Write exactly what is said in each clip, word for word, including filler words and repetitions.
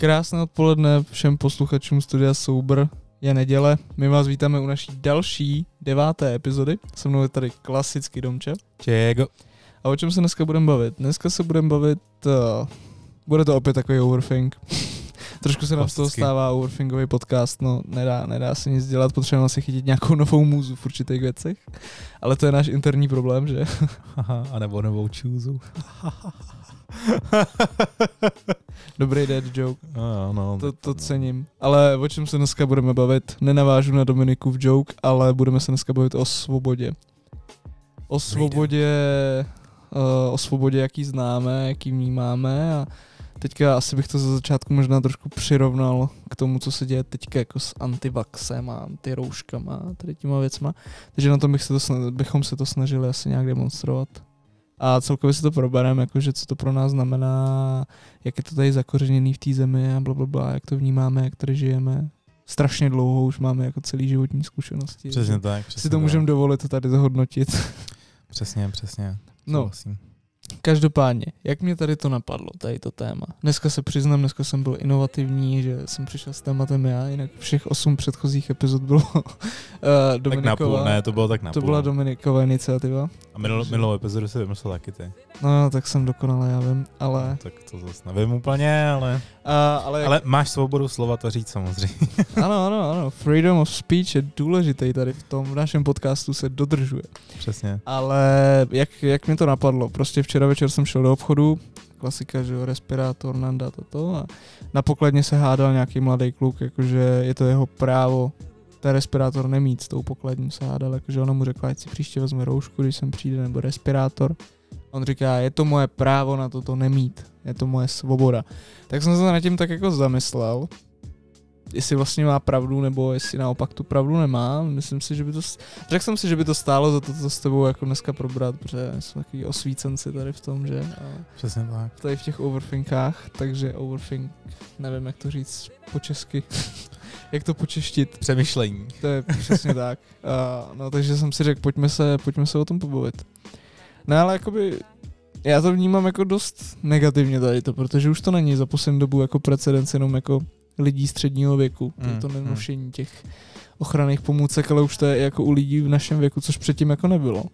Krásné odpoledne všem posluchačům Studia Sober. Je neděle, my vás vítáme u naší další deváté epizody. Se mnou je tady klasicky Domče. Čego. A o čem se dneska budeme bavit? Dneska se budeme bavit, uh, bude to opět takový overthink. Trošku se nám z toho stává overthinkový podcast, no nedá, nedá se nic dělat, potřebujeme si chytit nějakou novou můzu v určitých věcech. Ale to je náš interní problém, že? Aha, a nebo novou čůzu. Dobrý dad joke. No, no, to, to cením. Ale o čem se dneska budeme bavit? Nenavážu na Dominikův joke, ale budeme se dneska bavit o svobodě. O svobodě, uh, o svobodě, jaký známe, jaký vnímáme a teďka asi bych to za začátku možná trošku přirovnal k tomu, co se děje teďka jako s antivaxem a antirouškama a tady těma věcma. Takže na tom bych se to snažili, bychom se to snažili asi nějak demonstrovat. A celkově si to probereme, jakože co to pro nás znamená, jak je to tady zakořeněný v té zemi a blablabla, jak to vnímáme, jak tady žijeme. Strašně dlouho už máme jako celý životní zkušenosti. Přesně tak. Přesně si to můžeme dovolit tady zhodnotit. Přesně, přesně. No, každopádně, jak mě tady to napadlo, tady to téma. Dneska se přiznám, dneska jsem byl inovativní, že jsem přišel s tématem já, jinak všech osm předchozích epizod bylo uh, Dominikova. Tak napůl, ne, to bylo tak napůl. To byla Dominikova iniciativa. A minulou, minulou epizodu si vymyslel taky ty. No, tak jsem dokonale, já vím, ale... No, tak to zase nevím úplně, ale... A, ale... ale máš svobodu slova to říct samozřejmě. Ano, ano, ano. Freedom of speech je důležitý tady v tom, v našem podcastu se dodržuje. Přesně. Ale jak, jak mi to napadlo? Prostě včera večer jsem šel do obchodu, klasika, že jo, respirátor, nanda, toto a na pokladně se hádal nějaký mladý kluk, jakože je to jeho právo ten respirátor nemít, s tou pokladní se hádal, jakože ona mu řekla, ať si příště vezme roušku, když sem přijde, nebo respirátor. On říká, je to moje právo na toto nemít, je to moje svoboda. Tak jsem se nad tím tak jako zamyslel, jestli vlastně má pravdu, nebo jestli naopak tu pravdu nemá. Myslím si, že by to, řekl jsem si, že by to stálo za to, to s tebou jako dneska probrat, protože jsme takový osvícenci tady v tom, že? Přesně tak. Tady v těch overthinkách, takže overthink, nevím, jak to říct po česky. Jak to počeštit? Přemýšlení. To je přesně tak. Uh, no, takže jsem si řekl, pojďme se, pojďme se o tom pobavit. No ale jakoby, já to vnímám jako dost negativně tady to, protože už to není za poslední dobu jako precedens jenom jako lidí středního věku. Mm, to nenošení mm. těch ochranných pomůcek, ale už to je jako u lidí v našem věku, což předtím jako nebylo.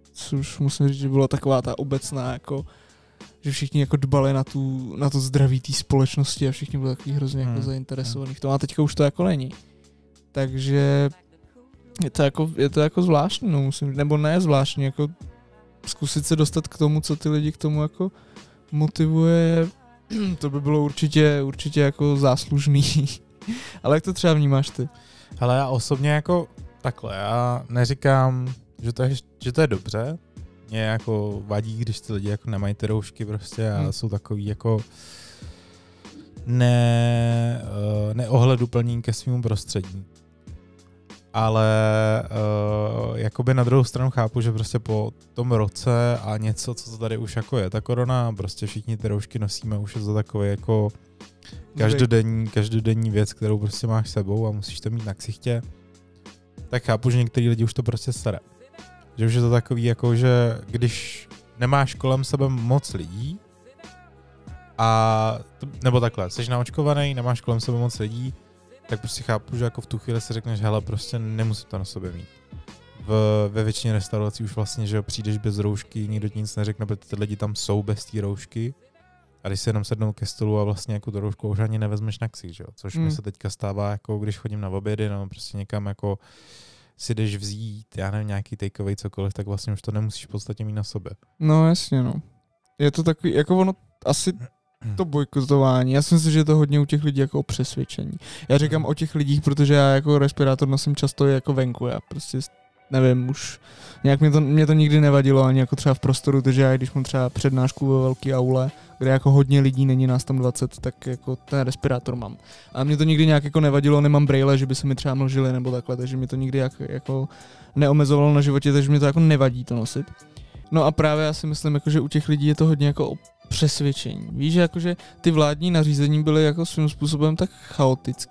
Což musím říct, že byla taková ta obecná jako, že všichni jako dbali na, tu, na to zdraví té společnosti a všichni byli takový hrozně mm. jako zainteresovaní v tom. A teďka už to jako není. Takže je to jako, je to jako zvláštní, no musím, nebo ne zvláštní, jako zkusit se dostat k tomu, co ty lidi k tomu jako motivuje, to by bylo určitě, určitě jako záslužný. Ale jak to třeba vnímáš ty? Hele, já osobně jako takhle, já neříkám, že to je, že to je dobře. Mě jako vadí, když ty lidi jako nemají ty roušky prostě a hmm. jsou takový jako ne, uh, neohleduplní ke svému prostředí. Ale uh, jakoby na druhou stranu chápu, že prostě po tom roce a něco, co to tady už jako je, ta korona, prostě všichni ty roušky nosíme, už je to takový jako každodenní, každodenní věc, kterou prostě máš s sebou a musíš to mít na ksichtě, tak chápu, že některý lidi už to prostě sere. Že už je to takový jako, že když nemáš kolem sebe moc lidí a, nebo takhle, jsi naočkovaný, nemáš kolem sebe moc lidí, tak prostě chápu, že jako v tu chvíli si řekneš, hele, prostě nemusím to na sobě mít. V, ve většině restaurací už vlastně, že přijdeš bez roušky, nikdo ti nic neřekne, protože ty lidi tam jsou bez té roušky. A když si jenom sednou ke stolu a vlastně jako tu roušku už ani nevezmeš na ksich, že jo? Což mm. mi se teďka stává, jako když chodím na obědy, nebo prostě někam jako si jdeš vzít, já nevím, nějaký takeaway, cokoliv, tak vlastně už to nemusíš v podstatě mít na sobě. No jasně, no. Je to takový, jako ono asi to bojkotování. Já si myslím, že je to hodně u těch lidí jako o přesvědčení. Já říkám o těch lidích, protože já jako respirátor nosím často jako venku. Já prostě nevím, už nějak mě to, mě to nikdy nevadilo ani jako třeba v prostoru, takže já když mám třeba přednášku ve velké aule, kde jako hodně lidí, není nás tam dvacet, tak jako ten respirátor mám. A mě to nikdy nějak jako nevadilo, nemám brejle, že by se mi třeba mlžili nebo takhle, takže mě to nikdy jak, jako neomezovalo na životě, takže mě to jako nevadí to nosit. No a právě já si myslím, jako, že u těch lidí je to hodně jako o přesvědčení. Víš, že jakože ty vládní nařízení byly jako svým způsobem tak chaotický,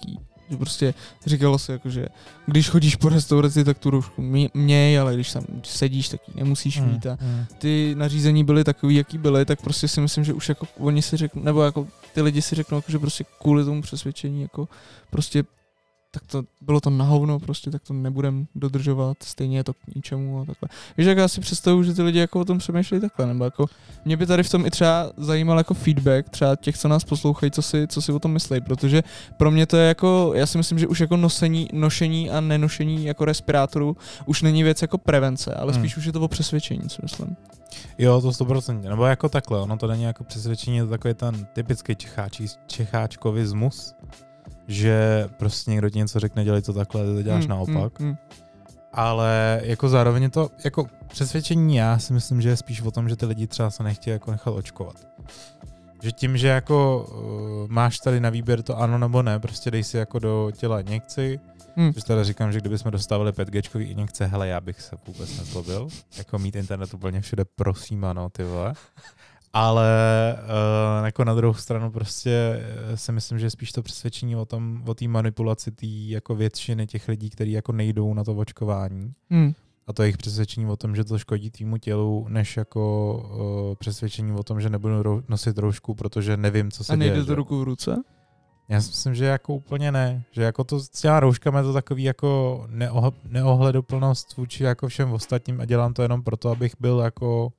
Že prostě říkalo se jako, že když chodíš po restauraci, tak tu roušku měj, ale když tam sedíš, tak ji nemusíš mít. A ty nařízení byly takový, jaký byly, tak prostě si myslím, že už jako oni si řeknou, nebo jako ty lidi si řeknou, jako, že prostě kvůli tomu přesvědčení jako prostě tak to bylo to na hovno, prostě tak to nebudem dodržovat, stejně je to k ničemu a takhle. Víš, jak já si představuji, že ty lidi jako o tom přemýšlejí takhle, nebo jako mě by tady v tom i třeba zajímal jako feedback třeba těch, co nás poslouchají, co si, co si o tom myslí, protože pro mě to je jako, já si myslím, že už jako nosení, nošení a nenošení jako respirátorů už není věc jako prevence, ale spíš hmm. už je to o přesvědčení, co myslím. Jo, to sto procent, nebo jako takhle, ono to není jako přesvědčení, je to takový ten typický čecháčí, čecháčkovismus, že prostě někdo ti něco řekne, dělej to takhle, ty to děláš mm, naopak. Mm, mm. Ale jako zároveň je to jako přesvědčení, já si myslím, že je spíš o tom, že ty lidi třeba se nechtějí jako nechat očkovat. Že tím, že jako uh, máš tady na výběr to ano nebo ne, prostě dej si jako do těla injekci, mm. což teda říkám, že kdybychom dostávali pět géčkový injekce, hele, já bych se vůbec nezlobil. Jako mít internet úplně všude, prosím, ano, ty vole. Ale uh, jako na druhou stranu prostě si myslím, že je spíš to přesvědčení o tom, o té manipulaci tý jako většiny těch lidí, kteří jako nejdou na to očkování. Hmm. A to je jejich přesvědčení o tom, že to škodí tvýmu tělu, než jako uh, přesvědčení o tom, že nebudu rou- nosit roušku, protože nevím, co se děje. A nejde to ruku v ruce? Já si myslím, že jako úplně ne. Že jako to s těma rouškami je to takový jako neoh- neohleduplnost vůči jako všem ostatním a dělám to jenom proto, abych byl jako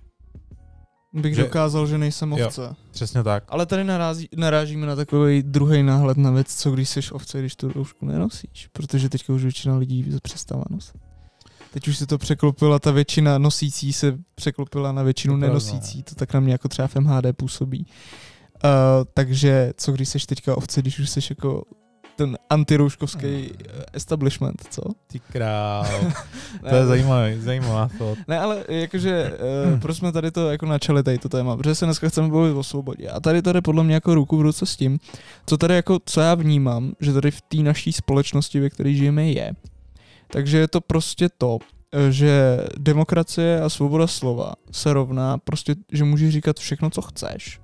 bych že, dokázal, že nejsem ovce. Jo, přesně tak. Ale tady narazí, narážíme na takový druhý náhled na věc, co když jsi ovce, když tu roušku nenosíš. Protože teďka už většina lidí přestává nosit. Teď už se to překlopila, ta většina nosící se překlopila na většinu to nenosící. To tak na mě jako třeba v M H D působí. Uh, takže co když jsi teďka ovce, když už jsi jako ten antirouškovský hmm. establishment, co? Ty král. To je zajímavý, zajímavá to. Ne, ale jakože, uh, proč jsme tady to jako načali tady to téma? Protože se dneska chceme bavit o svobodě. A tady tady podle mě jako ruku v ruce s tím, co tady jako, co já vnímám, že tady v té naší společnosti, ve které žijeme, je. Takže je to prostě to, že demokracie a svoboda slova se rovná prostě, že můžeš říkat všechno, co chceš.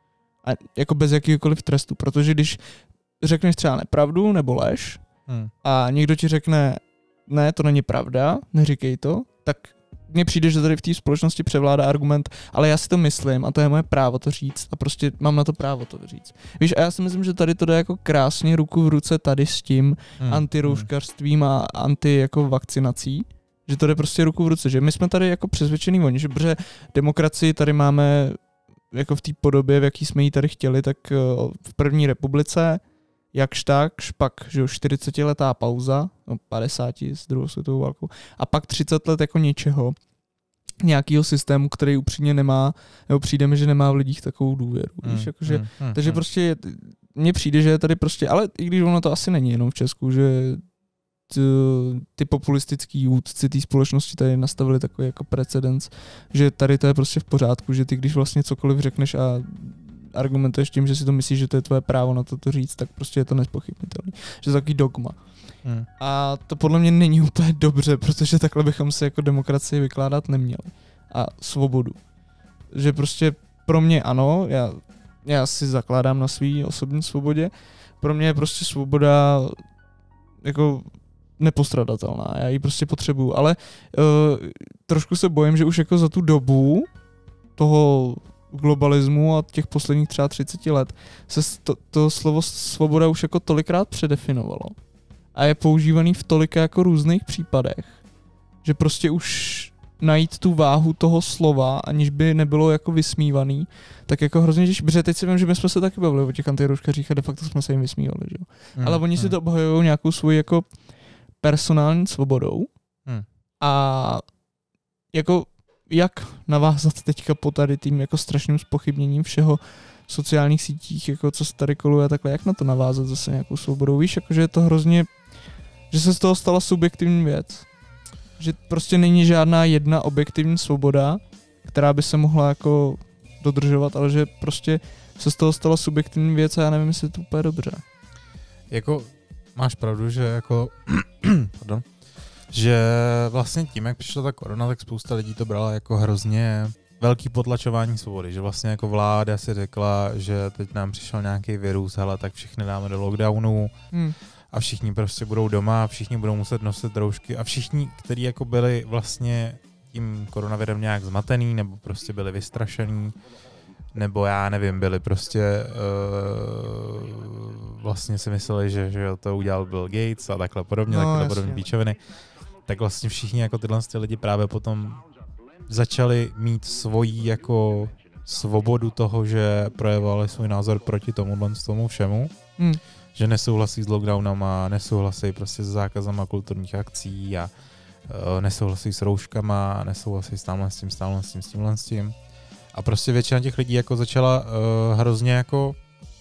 A jako bez jakýkoliv trestu, protože když řekneš třeba nepravdu nebo lež hmm. a někdo ti řekne, ne, to není pravda, neříkej to, tak mně přijde, že tady v té společnosti převládá argument, ale já si to myslím a to je moje právo to říct a prostě mám na to právo to říct. Víš, a já si myslím, že tady to jde jako krásně ruku v ruce tady s tím hmm. antirouškařstvím a anti jako vakcinací, že to jde prostě ruku v ruce, že my jsme tady jako přesvědčený oni, že protože demokracii tady máme jako v té podobě, v jaký jsme ji tady chtěli, tak v první republice jakž takž, pak že čtyřicetiletá pauza, no padesát s druhou světovou válkou, a pak třicet let jako něčeho, nějakého systému, který upřímně nemá, nebo přijde mi, že nemá v lidích takovou důvěru. Mm, víš, jakože, mm, mm, takže mm. prostě mně přijde, že je tady prostě, ale i když ono to asi není jenom v Česku, že ty, ty populistický vůdci té společnosti tady nastavili takový jako precedens, že tady to je prostě v pořádku, že ty když vlastně cokoliv řekneš a argumentuješ tím, že si to myslíš, že to je tvoje právo na to, to říct, tak prostě je to nezpochybnitelné. Že to je takový dogma. Hmm. A to podle mě není úplně dobře, protože takhle bychom si jako demokracii vykládat neměli. A svobodu. Že prostě pro mě ano, já, já si zakládám na svý osobní svobodě, pro mě je prostě svoboda jako nepostradatelná, já ji prostě potřebuju, ale uh, trošku se bojím, že už jako za tu dobu toho globalismu a těch posledních třeba třicet let se to, to slovo svoboda už jako tolikrát předefinovalo a je používaný v tolika jako různých případech, že prostě už najít tu váhu toho slova, aniž by nebylo jako vysmívaný, tak jako hrozně těžké, protože teď si vím, že my jsme se taky bavili o těch antirouškařích a de facto jsme se jim vysmívali, že jo. Hmm, ale oni hmm. si to obhajují nějakou svoji jako personální svobodou hmm. a jako jak navázat teďka po tady tím jako strašným zpochybněním všeho sociálních sítích, jako co se tady koluje a takhle, jak na to navázat zase nějakou svobodou, víš, jakože je to hrozně, že se z toho stala subjektivní věc, že prostě není žádná jedna objektivní svoboda, která by se mohla jako dodržovat, ale že prostě se z toho stala subjektivní věc a já nevím, jestli je to úplně dobře. Jako máš pravdu, že jako pardon, že vlastně tím, jak přišla ta korona, tak spousta lidí to brala jako hrozně velký potlačování svobody, že vlastně jako vláda si řekla, že teď nám přišel nějaký virus, hele, tak všichni dáme do lockdownu hmm. a všichni prostě budou doma a všichni budou muset nosit roušky a všichni, kteří jako byli vlastně tím koronavirem nějak zmatený nebo prostě byli vystrašený, nebo já nevím, byli prostě uh, vlastně si mysleli, že, že to udělal Bill Gates a takhle podobně, no, takhle podobně píčoviny, tak vlastně všichni jako tyhle lidi právě potom začali mít svoji jako svobodu toho, že projevovali svůj názor proti tomuhle tomu všemu, hmm. že nesouhlasí s lockdownama, nesouhlasí prostě s zákazama kulturních akcí a uh, nesouhlasí s rouškama, nesouhlasí s tamhle s tím, s tamhle s tím, s tímhle s tím. A prostě většina těch lidí jako začala uh, hrozně jako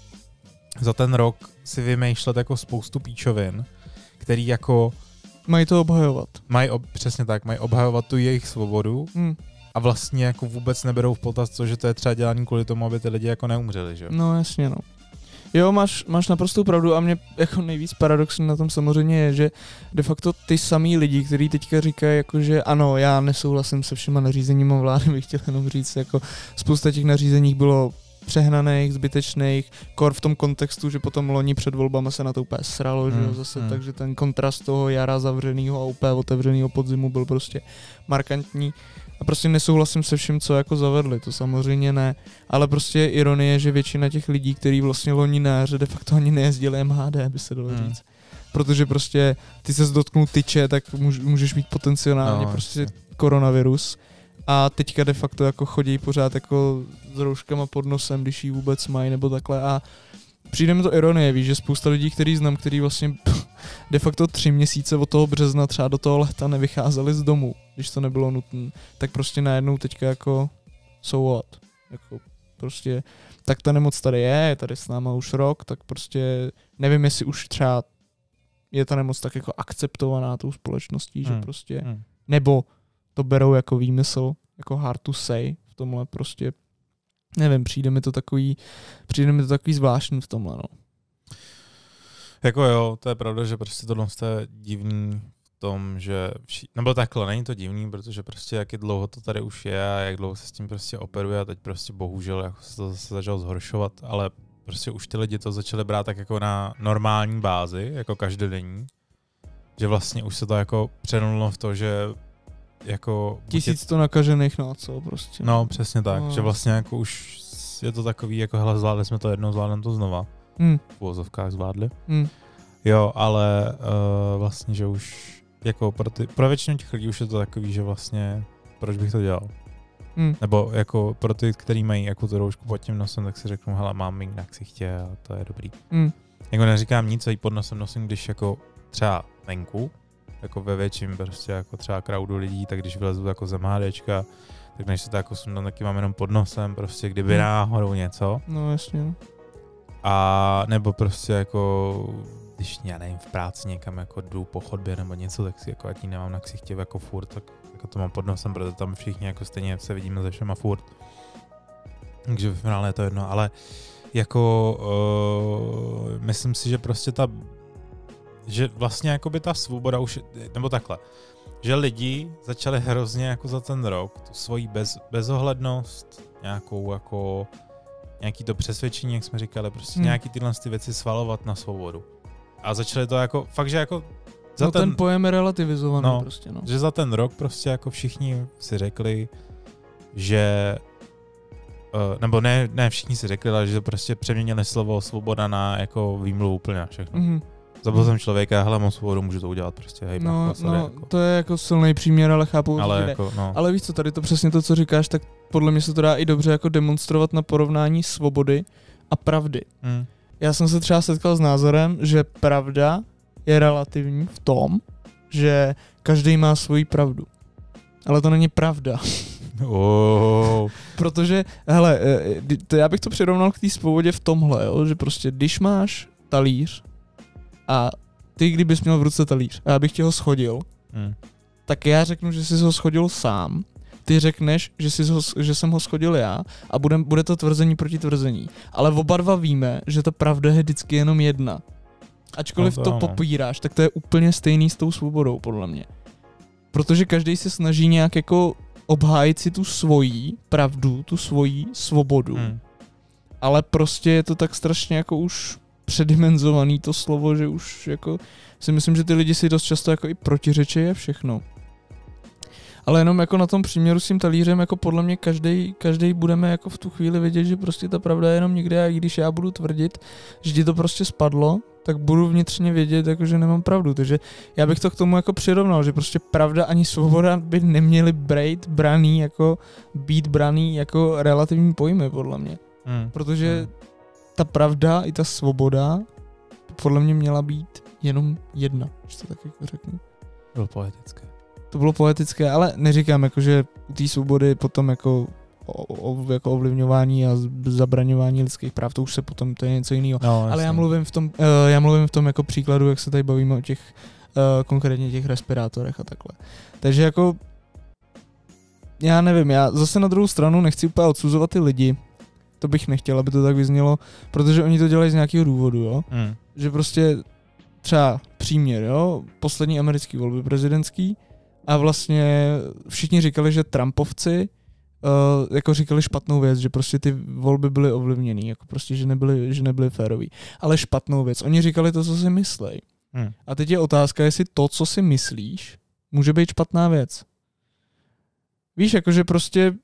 za ten rok si vymýšlet jako spoustu píčovin, který jako mají to obhajovat. Mají ob, přesně tak, mají obhajovat tu jejich svobodu hmm. a vlastně jako vůbec neberou v potaz to, že to je třeba dělaný kvůli tomu, aby ty lidi jako neumřeli, že? No jasně, no. Jo, máš, máš naprostou pravdu a mě jako nejvíc paradoxní na tom samozřejmě je, že de facto ty samý lidi, kteří teďka říkají, jako, že ano, já nesouhlasím se všema nařízeníma vlády, bych chtěl jenom říct, jako spousta těch nařízení bylo přehnaných, zbytečných, kor v tom kontextu, že potom loni před volbama se na to úplně sralo, hmm, že jo, zase, hmm. takže ten kontrast toho jara zavřenýho a úplně otevřenýho podzimu byl prostě markantní. A prostě nesouhlasím se vším, co jako zavedli, to samozřejmě ne, ale prostě je ironie, že většina těch lidí, kteří vlastně loni na jaře de facto ani nejezdili M H D, by se dalo hmm. říct. Protože prostě ty ses dotknul tyče, tak můž, můžeš mít potenciálně no, prostě jasně. koronavirus. A teďka de facto jako chodí pořád jako s rouškama pod nosem, když ji vůbec mají nebo takhle a přijde mi to ironie, víš, že spousta lidí, který znám, který vlastně de facto tři měsíce od toho března třeba do toho leta nevycházeli z domu, když to nebylo nutné, tak prostě najednou teďka jako so what? Jako prostě tak ta nemoc tady je, je tady s náma už rok, tak prostě nevím, jestli už třeba je ta nemoc tak jako akceptovaná tou společností, hmm. že prostě hmm. nebo to berou jako výmysl, jako hard to say v tomhle prostě, nevím, přijde mi to takový, přijde mi to takový zvláštní v tomhle, no. Jako jo, to je pravda, že prostě tohle je divný v tom, že, vši- nebo takhle, není to divný, protože prostě jak je dlouho to tady už je a jak dlouho se s tím prostě operuje a teď prostě bohužel jako se to zase začalo zhoršovat, ale prostě už ty lidi to začali brát tak jako na normální bázi, jako každodenní, že vlastně už se to jako přenulo v to, že jako... Tisíc to nakažených, no co prostě. No, přesně tak, no. že vlastně jako už je to takový, jako hele, zvládli jsme to jednou, zvládneme to znova. Hmm. V uvozovkách zvládli. Hmm. Jo, ale uh, vlastně, že už jako pro, ty, pro většinu těch lidí už je to takový, že vlastně proč bych to dělal? Hmm. Nebo jako pro ty, kteří mají jako tu roušku pod tím nosem, tak si řeknu, hele, mám mít na ksichtě a to je dobrý. Hmm. Jako neříkám nic, co jí pod nosem nosím, když jako třeba venku, jako ve větším prostě jako třeba crowdu lidí, tak když vylezu jako z MHDčka, tak než se to jako sundám, taky mám jenom pod nosem, prostě kdyby náhodou něco. No jasně. A nebo prostě jako, když já nevím, v práci někam jako jdu po chodbě nebo něco, tak si jako ať ji nemám na ksichtě jako furt, tak jako to mám pod nosem, protože tam všichni jako stejně se vidíme se všema furt. Takže v finále je to jedno, ale jako uh, myslím si, že prostě ta že vlastně jakoby ta svoboda už, nebo takhle, že lidi začali hrozně jako za ten rok tu svoji bez, bezohlednost, nějakou jako, nějaký to přesvědčení, jak jsme říkali, prostě hmm. nějaký tyhle ty věci svalovat na svobodu. A začali to jako, fakt, že jako za no ten, ten pojem je relativizovaný no, prostě, no. Že za ten rok prostě jako všichni si řekli, že Uh, nebo ne, ne všichni si řekli, ale že prostě přeměnili slovo svoboda na jako výmluvu úplně na všechno. Mm-hmm. Zabil jsem člověka, hele, mám svobodu, můžu to udělat prostě, hej, no, pasady, no, jako. To je jako silný příměr, ale chápu, ale, jako, no. ale víš co, tady to přesně to, co říkáš, tak podle mě se to dá i dobře jako demonstrovat na porovnání svobody a pravdy. Mm. Já jsem se třeba setkal s názorem, že pravda je relativní v tom, že každý má svoji pravdu. Ale to není pravda. Oh. Protože, hele, to já bych to přirovnal k té svobodě v tomhle, jo, že prostě když máš talíř a ty kdybys měl v ruce talíř a já bych tě ho schodil, hmm. tak já řeknu, že jsi ho schodil sám, ty řekneš, že, jsi ho, že jsem ho schodil já a bude, bude to tvrzení proti tvrzení. Ale oba dva víme, že ta pravda je vždycky jenom jedna. Ačkoliv no to, to popíráš, tak to je úplně stejný s tou svobodou, podle mě. Protože každý se snaží nějak jako obhájit si tu svoji pravdu, tu svoji svobodu. Hmm. Ale prostě je to tak strašně jako už předimenzovaný to slovo, že už jako si myslím, že ty lidi si dost často jako i protiřečí a všechno. Ale jenom jako na tom příměru s tím talířem, jako podle mě každej, každej budeme jako v tu chvíli vědět, že prostě ta pravda je jenom někde a i když já budu tvrdit, že ti to prostě spadlo, tak budu vnitřně vědět, jako, že nemám pravdu. Takže já bych to k tomu jako přirovnal, že prostě pravda ani svoboda by neměly být braný jako, být braný jako relativní pojmy, podle mě. Hmm. Protože hmm. ta pravda i ta svoboda podle mě měla být jenom jedna, když to tak jako řeknu. Bylo poetické. To bylo poetické, ale neříkám, jako, že u té svobody potom jako, o, o, jako ovlivňování a zabraňování lidských práv, to už se potom, to je něco jiného. No, ale já mluvím v tom, uh, já mluvím v tom jako příkladu, jak se tady bavíme o těch, uh, konkrétně těch respirátorech a takhle. Takže jako, já nevím, já zase na druhou stranu nechci úplně odsuzovat ty lidi, to bych nechtěl, aby to tak vyznělo, protože oni to dělají z nějakého důvodu, jo. Hmm. Že prostě třeba příměr, jo, poslední americký volby prezidentský, a vlastně všichni říkali, že Trumpovci uh, jako říkali špatnou věc, že prostě ty volby byly ovlivněný, jako prostě, že nebyly, že nebyly férový. Ale špatnou věc. Oni říkali to, co si myslej. Hmm. A teď je otázka, jestli to, co si myslíš, může být špatná věc. Víš, jakože prostě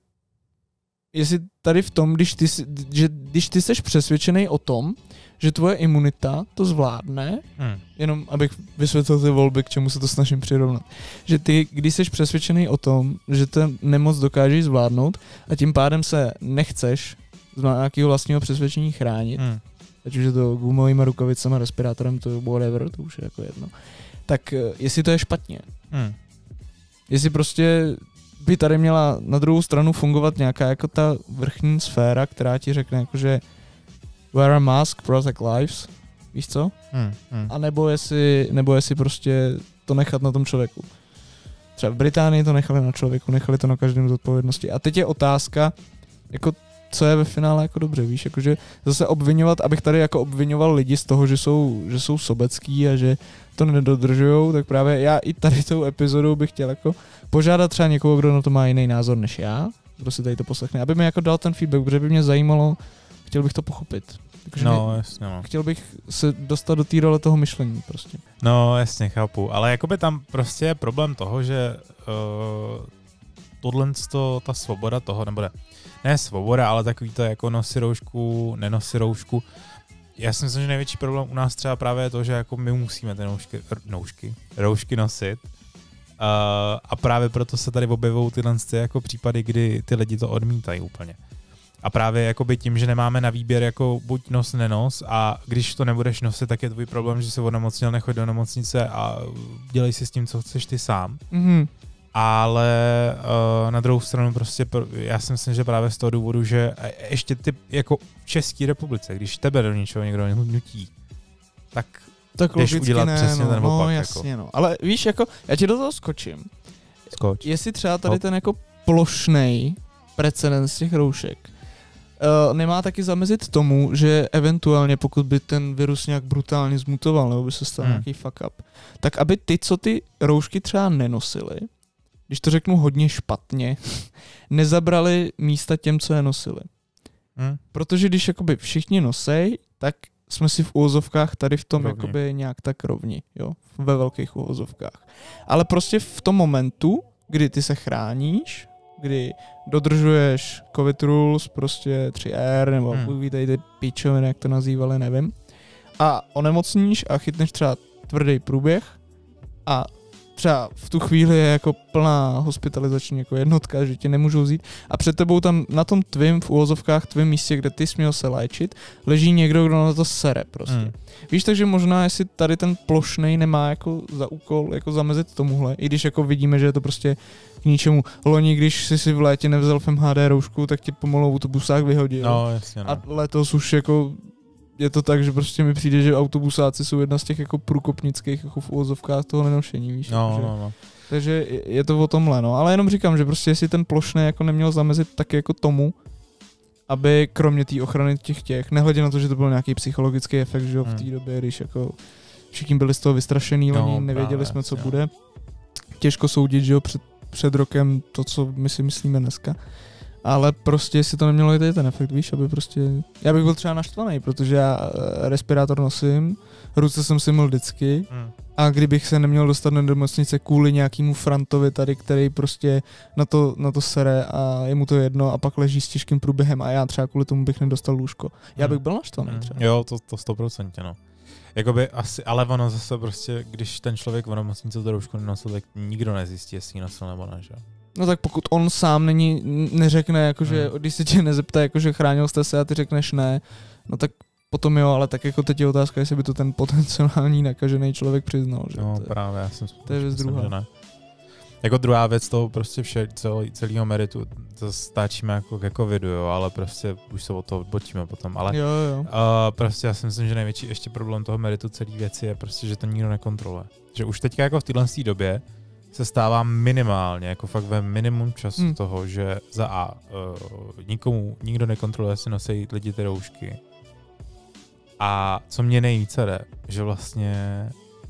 jestli tady v tom, když ty, že, když ty seš přesvědčený o tom, že tvoje imunita to zvládne, hmm. jenom abych vysvětlil ty volby, k čemu se to snažím přirovnat, že ty, když seš přesvědčený o tom, že ten nemoc dokážeš zvládnout a tím pádem se nechceš z nějakého vlastního přesvědčení chránit, hmm. ať už je to gumovýma rukavicema, respirátorem, to whatever, to už je jako jedno, tak jestli to je špatně. Hmm. Jestli prostě by tady měla na druhou stranu fungovat nějaká jako ta vrchní sféra, která ti řekne jako, že wear a mask, protect lives, víš co? Hmm, hmm. A nebo jestli, nebo jestli prostě to nechat na tom člověku. Třeba v Británii to nechali na člověku, nechali to na každém z odpovědnosti. A teď je otázka, jako co je ve finále jako dobře, víš, jakože zase obvinovat, abych tady jako obvinoval lidi z toho, že jsou, že jsou sobecký a že to nedodržujou, tak právě já i tady tou epizodou bych chtěl jako požádat třeba někoho, kdo na to má jiný názor než já, kdo si tady to poslechne, aby mi jako dal ten feedback, protože by mě zajímalo, chtěl bych to pochopit. Takže no, jasně, no. Chtěl bych se dostat do té role toho myšlení prostě. No, jasně, chápu, ale jakoby tam prostě je problém toho, že uh, tohle ta svoboda toho, nebo ne, ne svoboda, ale takový to jako nosi roušku, nenosi roušku. Já si myslím, že největší problém u nás třeba právě je to, že jako my musíme ty noušky, noušky, roušky nosit. Uh, a právě proto se tady objevují tyhle jako případy, kdy ty lidi to odmítají úplně. A právě jakoby tím, že nemáme na výběr jako buď nos, nenos a když to nebudeš nosit, tak je tvůj problém, že se onemocněl, nechoď do nemocnice a dělej si s tím, co chceš ty sám. Mm-hmm. Ale uh, na druhou stranu prostě já si myslím, že právě z toho důvodu, že ještě ty jako v České republice, když tebe do něčeho někdo nutí, tak, tak jdeš udělat ne, přesně no, ten no, opak. Jasně, jako. No. Ale víš, jako, já ti do toho skočím. Skoč. Jestli třeba tady Hop. ten jako plošnej precedens těch roušek uh, nemá taky zamezit tomu, že eventuálně pokud by ten virus nějak brutálně zmutoval, nebo by se stal hmm. nějaký fuck up, tak aby ty, co ty roušky třeba nenosili, když to řeknu hodně špatně, nezabrali místa těm, co je nosili. Hmm. Protože když jakoby všichni nosej, tak jsme si v úvozovkách tady v tom jakoby nějak tak rovni, jo, ve velkých úvozovkách. Ale prostě v tom momentu, kdy ty se chráníš, kdy dodržuješ covid rules, prostě tři R, nebo hmm. víte, ty píčoviny, jak to nazývali, nevím, a onemocníš a chytneš třeba tvrdý průběh a třeba v tu chvíli je jako plná hospitalizační jako jednotka, že tě nemůžou vzít a před tebou tam na tom tvým v úvozovkách, tvým místě, kde ty jsi měl se léčit, leží někdo, kdo na to sere prostě. Hmm. Víš, takže možná, jestli tady ten plošnej nemá jako za úkol jako zamezit tomuhle, i když jako vidíme, že je to prostě k ničemu. Loni, když jsi si v létě nevzal v M H D roušku, tak tě pomalu v autobusách vyhodil. No, jasně, no. A letos už jako je to tak, že prostě mi přijde, že autobusáci jsou jedna z těch jako průkopnických jako v uvozovkách toho nenošení, víš. No, takže, no, no. takže je to o tomhle, no. Ale jenom říkám, že prostě jestli ten plošný jako neměl zamezit taky jako tomu, aby kromě té ochrany těch těch, nehledě na to, že to byl nějaký psychologický efekt, že jo, v té hmm. době, když jako všichni byli z toho vystrašený, no, loni, nevěděli právě, jsme, co jo. bude. Těžko soudit, že jo, před, před rokem to, co my si myslíme dneska. Ale prostě si to nemělo i tady ten efekt, víš, aby prostě, já bych byl třeba naštvaný, protože já respirátor nosím, ruce jsem si myl vždycky hmm. a kdybych se neměl dostat na nemocnice kvůli nějakému Frantovi tady, který prostě na to, na to sere a je mu to jedno a pak leží s těžkým průběhem a já třeba kvůli tomu bych nedostal lůžko. Já bych byl naštvaný hmm. třeba. Jo, to, to sto procent, no. Jakoby asi, ale ono zase prostě, když ten člověk v nemocnici to roušku nenosil, tak nikdo nezjistí, jestli ji nosil nebo ne, že? No tak pokud on sám není, neřekne, jakože, hmm. když se tě nezeptá, jakože chránil jste se a ty řekneš ne, no tak potom jo, ale tak jako teď je otázka, jestli by to ten potenciální nakažený člověk přiznal, že? No to je, právě, já jsem to je věc druhá. Že ne. Jako druhá věc toho prostě vše, celý, celýho meritu, to stáčíme jako ke covidu, jo, ale prostě už se od toho odbočíme potom, ale jo, jo. Uh, prostě já si myslím, že největší ještě problém toho meritu celé věci je prostě, že to nikdo nekontroluje. Že už teďka jako v téhle době se stává minimálně, jako fakt ve minimum času hmm. toho, že za A, uh, nikomu, nikdo nekontroluje, jestli nosí lidi ty roušky. A co mě nejvíce jde, že vlastně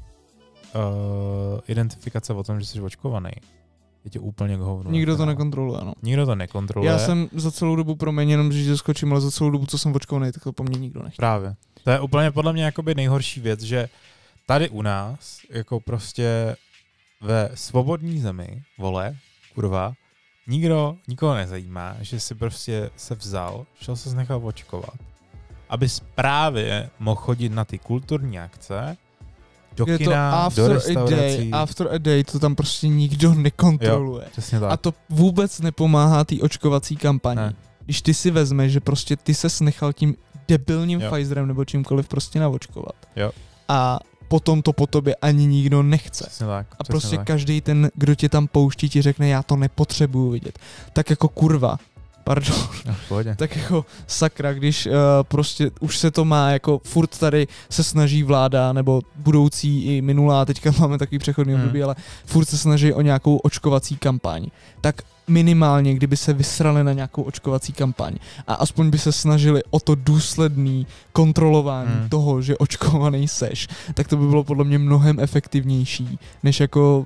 uh, identifikace o tom, že jsi očkovaný, je tě úplně k hovnu. Nikdo to nekontroluje, ano. Nikdo to nekontroluje. Já jsem za celou dobu, promiň, jenom že skočím, ale za celou dobu, co jsem očkovaný, tak to po mně nikdo nechtěl. Právě. To je úplně podle mě jakoby nejhorší věc, že tady u nás, jako prostě ve svobodní zemi, vole, kurva, nikdo, nikoho nezajímá, že si prostě se vzal, šel se nechal očkovat, aby právě mohl chodit na ty kulturní akce, do je kina, do restaurací. Day, after a day to tam prostě nikdo nekontroluje. Jo, přesně tak. A to vůbec nepomáhá té očkovací kampani. Ne. Když ty si vezmeš, že prostě ty ses nechal tím debilním jo. Pfizerem nebo čímkoliv prostě naočkovat. Jo. A potom to po tobě ani nikdo nechce. Přesně tak, a prostě tak. Každý ten, kdo tě tam pouští, ti řekne, já to nepotřebuju vidět. Tak jako kurva. Pardon. No, tak jako sakra, když uh, prostě už se to má, jako furt tady se snaží vláda, nebo budoucí i minulá, teďka máme takový přechodný období, hmm. ale furt se snaží o nějakou očkovací kampaň. Tak minimálně, kdyby se vysrali na nějakou očkovací kampaň a aspoň by se snažili o to důsledný kontrolování hmm. toho, že očkovaný seš, tak to by bylo podle mě mnohem efektivnější, než jako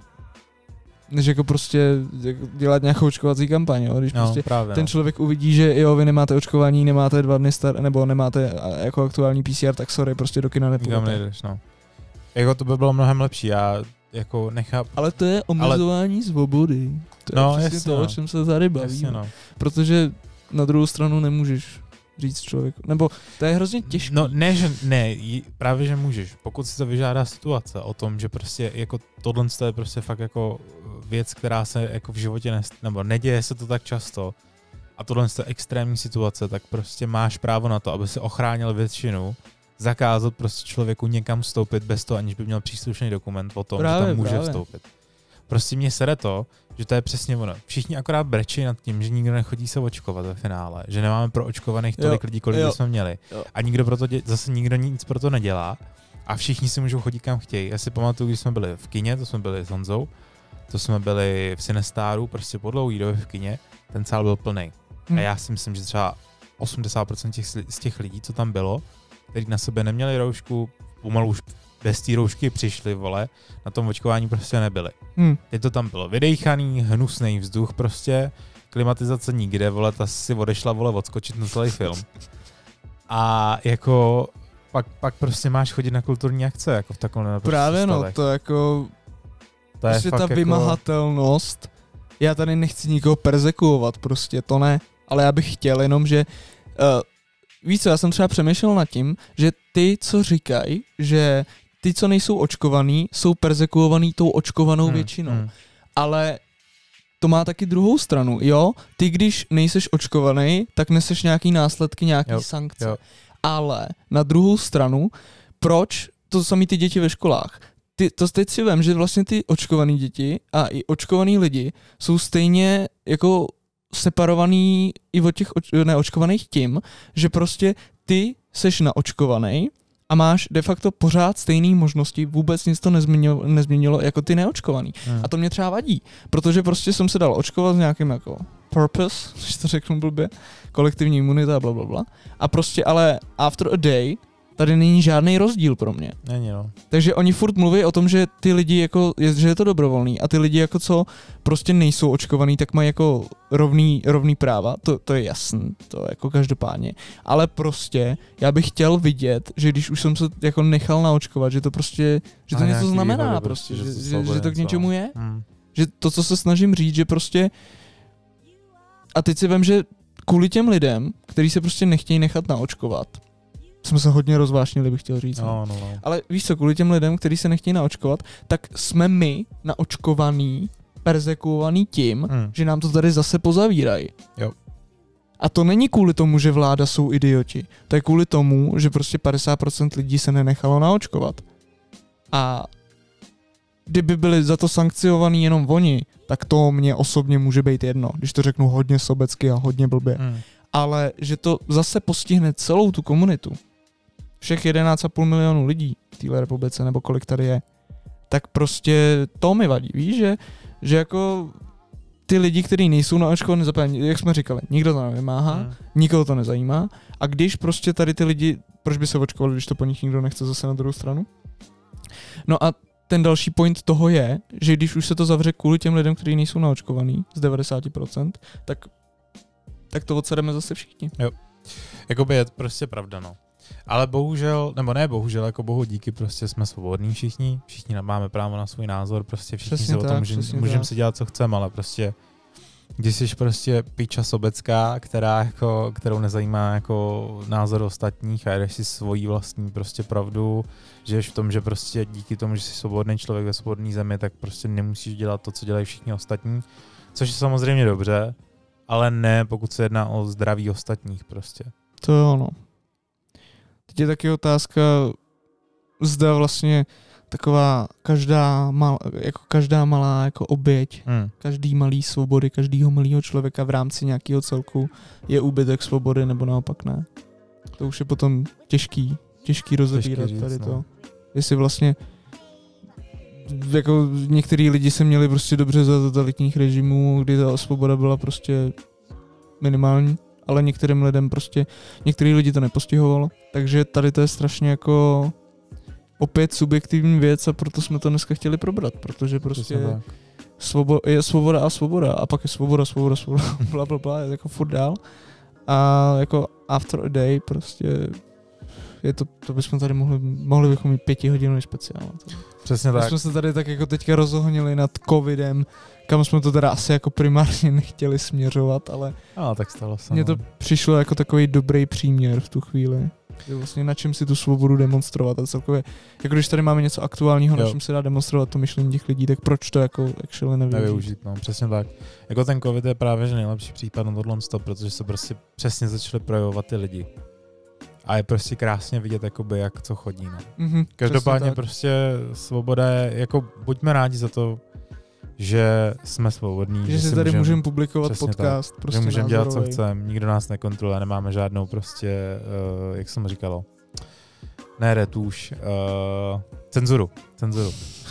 než jako prostě dělat nějakou očkovací kampaň, jo? Když no, prostě právě, ten no. člověk uvidí, že jo, vy nemáte očkování, nemáte dva dny star, nebo nemáte jako aktuální P C R, tak sorry, prostě do kina nepůjdete. No. Jako to by bylo mnohem lepší, já jako nechápu. Ale to je omezování ale... svobody. To no, je přesně jasně, to, no. o čem se tady bavíme. No. Protože na druhou stranu nemůžeš říct člověku, nebo to je hrozně těžké. No ne, že ne, právě že můžeš, pokud si to vyžádá situace o tom, že prostě jako tohle je prostě fakt jako věc, která se jako v životě ne, nebo neděje se to tak často a tohle je extrémní situace, tak prostě máš právo na to, aby se ochránil většinu, zakázat prostě člověku někam vstoupit bez toho, aniž by měl příslušný dokument o tom, právě, že tam může právě. vstoupit. Prostě mě sere to, že to je přesně ono. Všichni akorát brečí nad tím, že nikdo nechodí se očkovat ve finále, že nemáme pro očkovaných tolik jo, lidí, kolik bychom měli. Jo. A nikdo proto dě- zase nikdo nic pro to nedělá a všichni si můžou chodit kam chtějí. Já si pamatuju, když jsme byli v kině, to jsme byli s Honzou, to jsme byli v Cinestaru, prostě po dlouhý době v kině, ten sál byl plný. Hmm. A já si myslím, že třeba osmdesát procent těch, z těch lidí, co tam bylo, kteří na sobě neměli roušku, pomalu už bez té roušky přišli, vole, na tom očkování prostě nebyli. Hmm. Teď to tam bylo vydejchaný, hnusný vzduch prostě, klimatizace nikde, vole, ta si odešla, vole, odskočit na celý film. A jako pak, pak prostě máš chodit na kulturní akce, jako v takovém právě no, to jako to prostě ta jako... vymahatelnost, já tady nechci nikoho perzekuovat, prostě to ne, ale já bych chtěl jenom, že uh, víš co, já jsem třeba přemýšlel nad tím, že ty, co říkají, že ty, co nejsou očkovaný, jsou perzekuovaný tou očkovanou hmm, většinou. Hmm. Ale to má taky druhou stranu, jo? Ty, když nejseš očkovaný, tak neseš nějaký následky, nějaký jo, sankce. Jo. Ale na druhou stranu, proč to samý ty děti ve školách? Ty, to teď si vem, že vlastně ty očkovaný děti a i očkovaný lidi jsou stejně jako separovaný i od těch oč- neočkovaných tím, že prostě ty seš naočkovaný a máš de facto pořád stejné možnosti, vůbec nic to nezměnilo, nezměnilo jako ty neočkovaný. Hmm. A to mě třeba vadí, protože prostě jsem se dal očkovat s nějakým jako purpose, když to řeknu blbě, kolektivní imunita a blablabla. A prostě ale after a day tady není žádný rozdíl pro mě. Není, no. Takže oni furt mluví o tom, že ty lidi jako, že je to dobrovolný a ty lidi jako co prostě nejsou očkovaný, tak mají jako rovný, rovný práva, to, to je jasný, to jako každopádně. Ale prostě já bych chtěl vidět, že když už jsem se jako nechal naočkovat, že to prostě, že to A něco znamená výhody, prostě, že, že, že, že, že to k něčemu je. Hmm. Že to, co se snažím říct, že prostě a teď si vem, že kvůli těm lidem, kteří se prostě nechtějí nechat naočkovat, jsme se hodně rozvášnili, bych chtěl říct. No, no, no. Ale víš co, kvůli těm lidem, kteří se nechtějí naočkovat, tak jsme my naočkovaný, perzekuovaný tím, hmm. že nám to tady zase pozavírají. Jo. A to není kvůli tomu, že vláda jsou idioti. To je kvůli tomu, že prostě padesát procent lidí se nenechalo naočkovat. A kdyby byli za to sankciovaní jenom oni, tak to mě osobně může být jedno, když to řeknu hodně sobecky a hodně blbě. Hmm. Ale že to zase postihne celou tu komunitu, všech jedenáct celá pět milionů lidí v téhle republice, nebo kolik tady je, tak prostě to mi vadí, víš, že, že jako ty lidi, kteří nejsou naočkovaní, jak jsme říkali, nikdo to nevymáhá, hmm. nikoho to nezajímá a když prostě tady ty lidi, proč by se očkovali, když to po nich nikdo nechce zase na druhou stranu? No a ten další point toho je, že když už se to zavře kvůli těm lidem, kteří nejsou naočkovaní z devadesát procent, tak, tak to odsedeme zase všichni. Jo, jakoby je to prostě pravda, no. Ale bohužel, nebo ne bohužel, jako bohu díky, prostě jsme svobodní všichni, všichni máme právo na svůj názor, prostě všichni přesně se tak, o tom můžeme můžem si dělat, co chceme, ale prostě když jsi prostě píča sobecká, která jako, kterou nezajímá jako názor ostatních a jdeš si svojí vlastní prostě pravdu, žiješ v tom, že prostě díky tomu, že jsi svobodný člověk ve svobodné zemi, tak prostě nemusíš dělat to, co dělají všichni ostatní, což je samozřejmě dobře, ale ne, pokud se jedná o zdraví ostatních prostě. To je ono. Teď je taky otázka, zda vlastně taková každá, mal, jako každá malá jako oběť, hmm. každý malý svobody, každýho malého člověka v rámci nějakého celku je úbytek svobody, nebo naopak ne. To už je potom těžký, těžký rozebírat těžký říct, tady to. No. Jestli vlastně jako některý lidi se měli prostě dobře za totalitních režimů, kdy ta svoboda byla prostě minimální, ale některým lidem prostě, některý lidi to nepostihovalo, takže tady to je strašně jako opět subjektivní věc a proto jsme to dneska chtěli probrat, protože prostě svobo, je svoboda a svoboda a pak je svoboda, svoboda, svoboda, bla, bla, bla, je jako furt dál a jako after a day prostě je to, to bychom tady mohli, mohli bychom mít pětihodinový speciál. Přesně tak. My jsme se tady tak jako teďka rozohonili nad covidem, kam jsme to teda asi jako primárně nechtěli směřovat, ale a, tak stalo se, mně to přišlo jako takový dobrý příměr v tu chvíli. Že vlastně na čem si tu svobodu demonstrovat a celkově, jako když tady máme něco aktuálního, jo. na čem se dá demonstrovat to myšlení těch lidí, tak proč to jako actually nevyužít? Nevyužít, no, přesně tak. Jako ten covid je právě že nejlepší případ na tohle stop, protože se prostě přesně začaly projevovat ty lidi. A je prostě krásně vidět, jakoby, jak co chodí. No. Mm-hmm, každopádně prostě svoboda je, jako buďme rádi za to, že jsme svobodní. Že, že si tady můžeme můžem publikovat podcast. Tak, prostě že můžeme dělat, co chceme, nikdo nás nekontroluje, nemáme žádnou prostě, uh, jak jsem říkalo, ne retuš, uh, cenzuru. Cenzuru.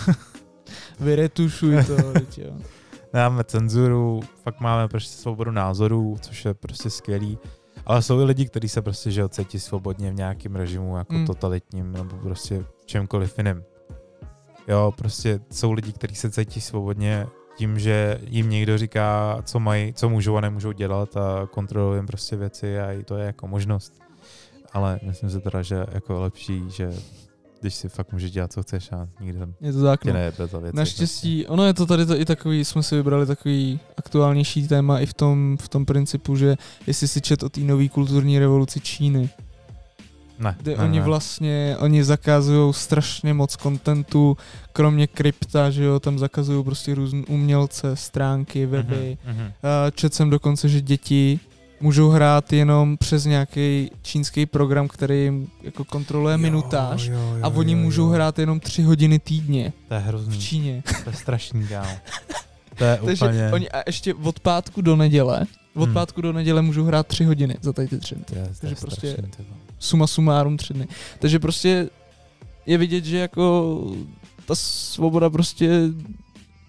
Vyretušuj to, jo. Nemáme cenzuru, fakt máme prostě svobodu názorů, což je prostě skvělý. Ale jsou i lidi, kteří se prostě že cítí svobodně v nějakém režimu jako mm. totalitním nebo prostě čemkoliv jiným. Jo, prostě jsou lidi, kteří se cítí svobodně tím, že jim někdo říká, co mají, co můžou a nemůžou dělat a kontrolují jim prostě věci a i to je jako možnost. Ale myslím si teda, že jako lepší, že když si fakt můžeš dělat, co chceš a nikdy tam je to tak, tě nejebe za věci. Naštěstí, prostě. Ono je to tady to i takový, jsme si vybrali takový aktuálnější téma i v tom, v tom principu, že jestli si čet o té nové kulturní revoluci Číny, ne, kde ne, oni ne. vlastně, oni zakazují strašně moc kontentu, kromě krypta, že jo, tam zakazují prostě různé umělce, stránky, weby. Mm-hmm. Čet jsem dokonce, že děti můžou hrát jenom přes nějaký čínský program, který jim jako kontroluje jo, minutáž jo, jo, a oni jo, můžou jo. hrát jenom tři hodiny týdně. To je hrozný. V Číně. To je strašný, kámo. To je Takže úplně... oni a ještě od pátku do neděle, od hmm. pátku do neděle můžou hrát tři hodiny za tady ty tři dny. Je, Takže prostě strašný, suma sumárum tři dny. Takže prostě je vidět, že jako ta svoboda prostě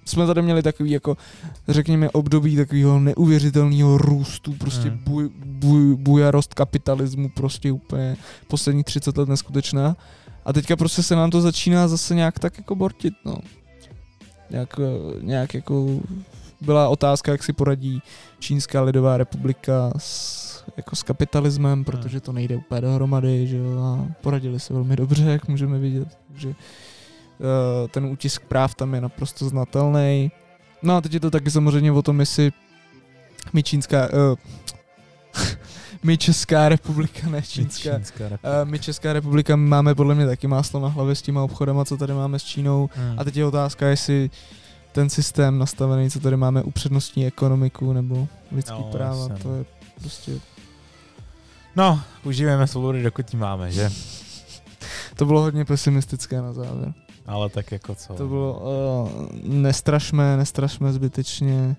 jsme tady měli takový jako, řekněme, období takového neuvěřitelného růstu, prostě hmm. buj, buj, bujarost kapitalismu, prostě úplně posledních třicet let neskutečná. A teďka prostě se nám to začíná zase nějak tak jako bortit, no. Nějak, nějak jako byla otázka, jak si poradí Čínská lidová republika s, jako s kapitalismem, protože to nejde úplně dohromady, že jo, a poradili se velmi dobře, jak můžeme vidět, že uh, ten útisk práv tam je naprosto znatelný. No a teď je to taky samozřejmě o tom, jestli my čínská, uh, my Česká republika, ne čínská, my, čínská republika. Uh, my Česká republika máme podle mě taky máslo na hlavě s těma obchodama, co tady máme s Čínou. Hmm. A teď je otázka, jestli ten systém nastavený, co tady máme, upřednostní ekonomiku nebo lidský no, práva, jasně. To je prostě... No, užijeme svobody, dokud ji máme, že? To bylo hodně pesimistické na závěr. Ale tak jako co? To bylo, uh, nestrašme, nestrašme zbytečně.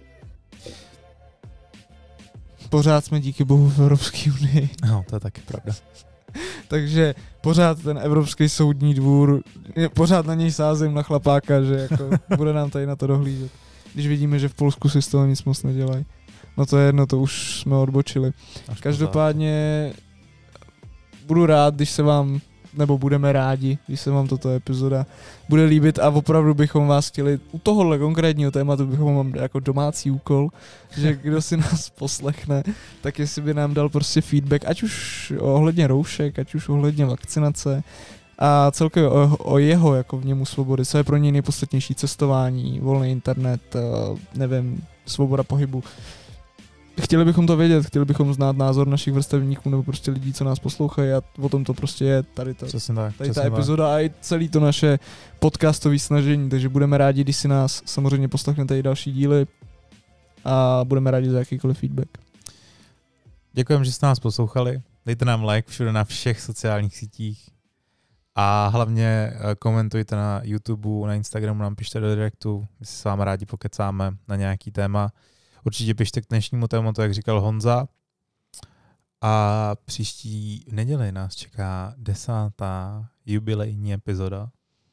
Pořád jsme díky bohu v Evropské unii. No, to je taky pravda. Takže pořád ten Evropský soudní dvůr, pořád na něj sázím na chlapáka, že jako bude nám tady na to dohlížet. Když vidíme, že v Polsku si z toho nic moc nedělají. No to je jedno, to už jsme odbočili. Až Každopádně budu rád, když se vám, nebo budeme rádi, když se vám toto epizoda bude líbit a opravdu bychom vás chtěli, u tohohle konkrétního tématu bychom vám jako domácí úkol, že kdo si nás poslechne, tak jestli by nám dal prostě feedback, ať už ohledně roušek, ať už ohledně vakcinace a celkově o, o jeho jako v němu svobody, co je pro něj nejpodstatnější, cestování, volný internet, nevím, svoboda pohybu. Chtěli bychom to vědět, chtěli bychom znát názor našich vrstevníků nebo prostě lidí, co nás poslouchají a o tom to prostě je tady, ta, tak, tady ta epizoda a i celý to naše podcastové snažení, takže budeme rádi, když si nás samozřejmě poslechnete i další díly a budeme rádi za jakýkoliv feedback. Děkujeme, že jste nás poslouchali, dejte nám like všude na všech sociálních sítích a hlavně komentujte na YouTube, na Instagramu, nám pište do directu, my si s vámi rádi pokecáme na nějaký téma. Určitě pište k dnešnímu tématu, jak říkal Honza. A příští neděli nás čeká desátá jubilejní epizoda.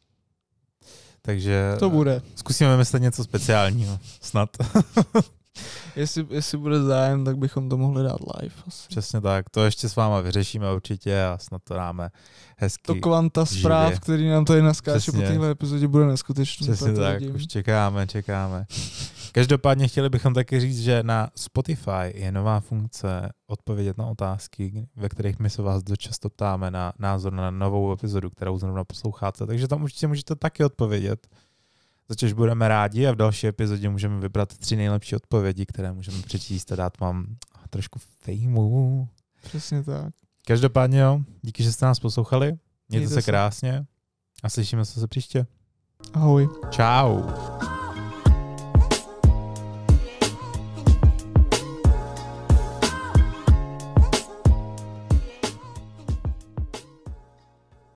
Takže to bude. Zkusíme myslet něco speciálního. Snad. jestli, jestli bude zájem, tak bychom to mohli dát live. Asi. Přesně tak. To ještě s váma vyřešíme určitě a snad to dáme hezky. To kvanta zpráv, živě. Který nám tady naskáče Přesně. Po téhle epizodě, bude neskutečný. Přesně tak. Vidím. Už čekáme, čekáme. Každopádně chtěli bychom taky říct, že na Spotify je nová funkce odpovědět na otázky, ve kterých my se vás dost často ptáme na názor na novou epizodu, kterou zrovna posloucháte. Takže tam určitě můžete taky odpovědět. Za což budeme rádi a v další epizodě můžeme vybrat tři nejlepší odpovědi, které můžeme přečíst a dát vám trošku fejmu. Přesně tak. Každopádně jo, díky, že jste nás poslouchali. Mějte Mějte se se krásně a slyšíme se příště. Ahoj. Čau.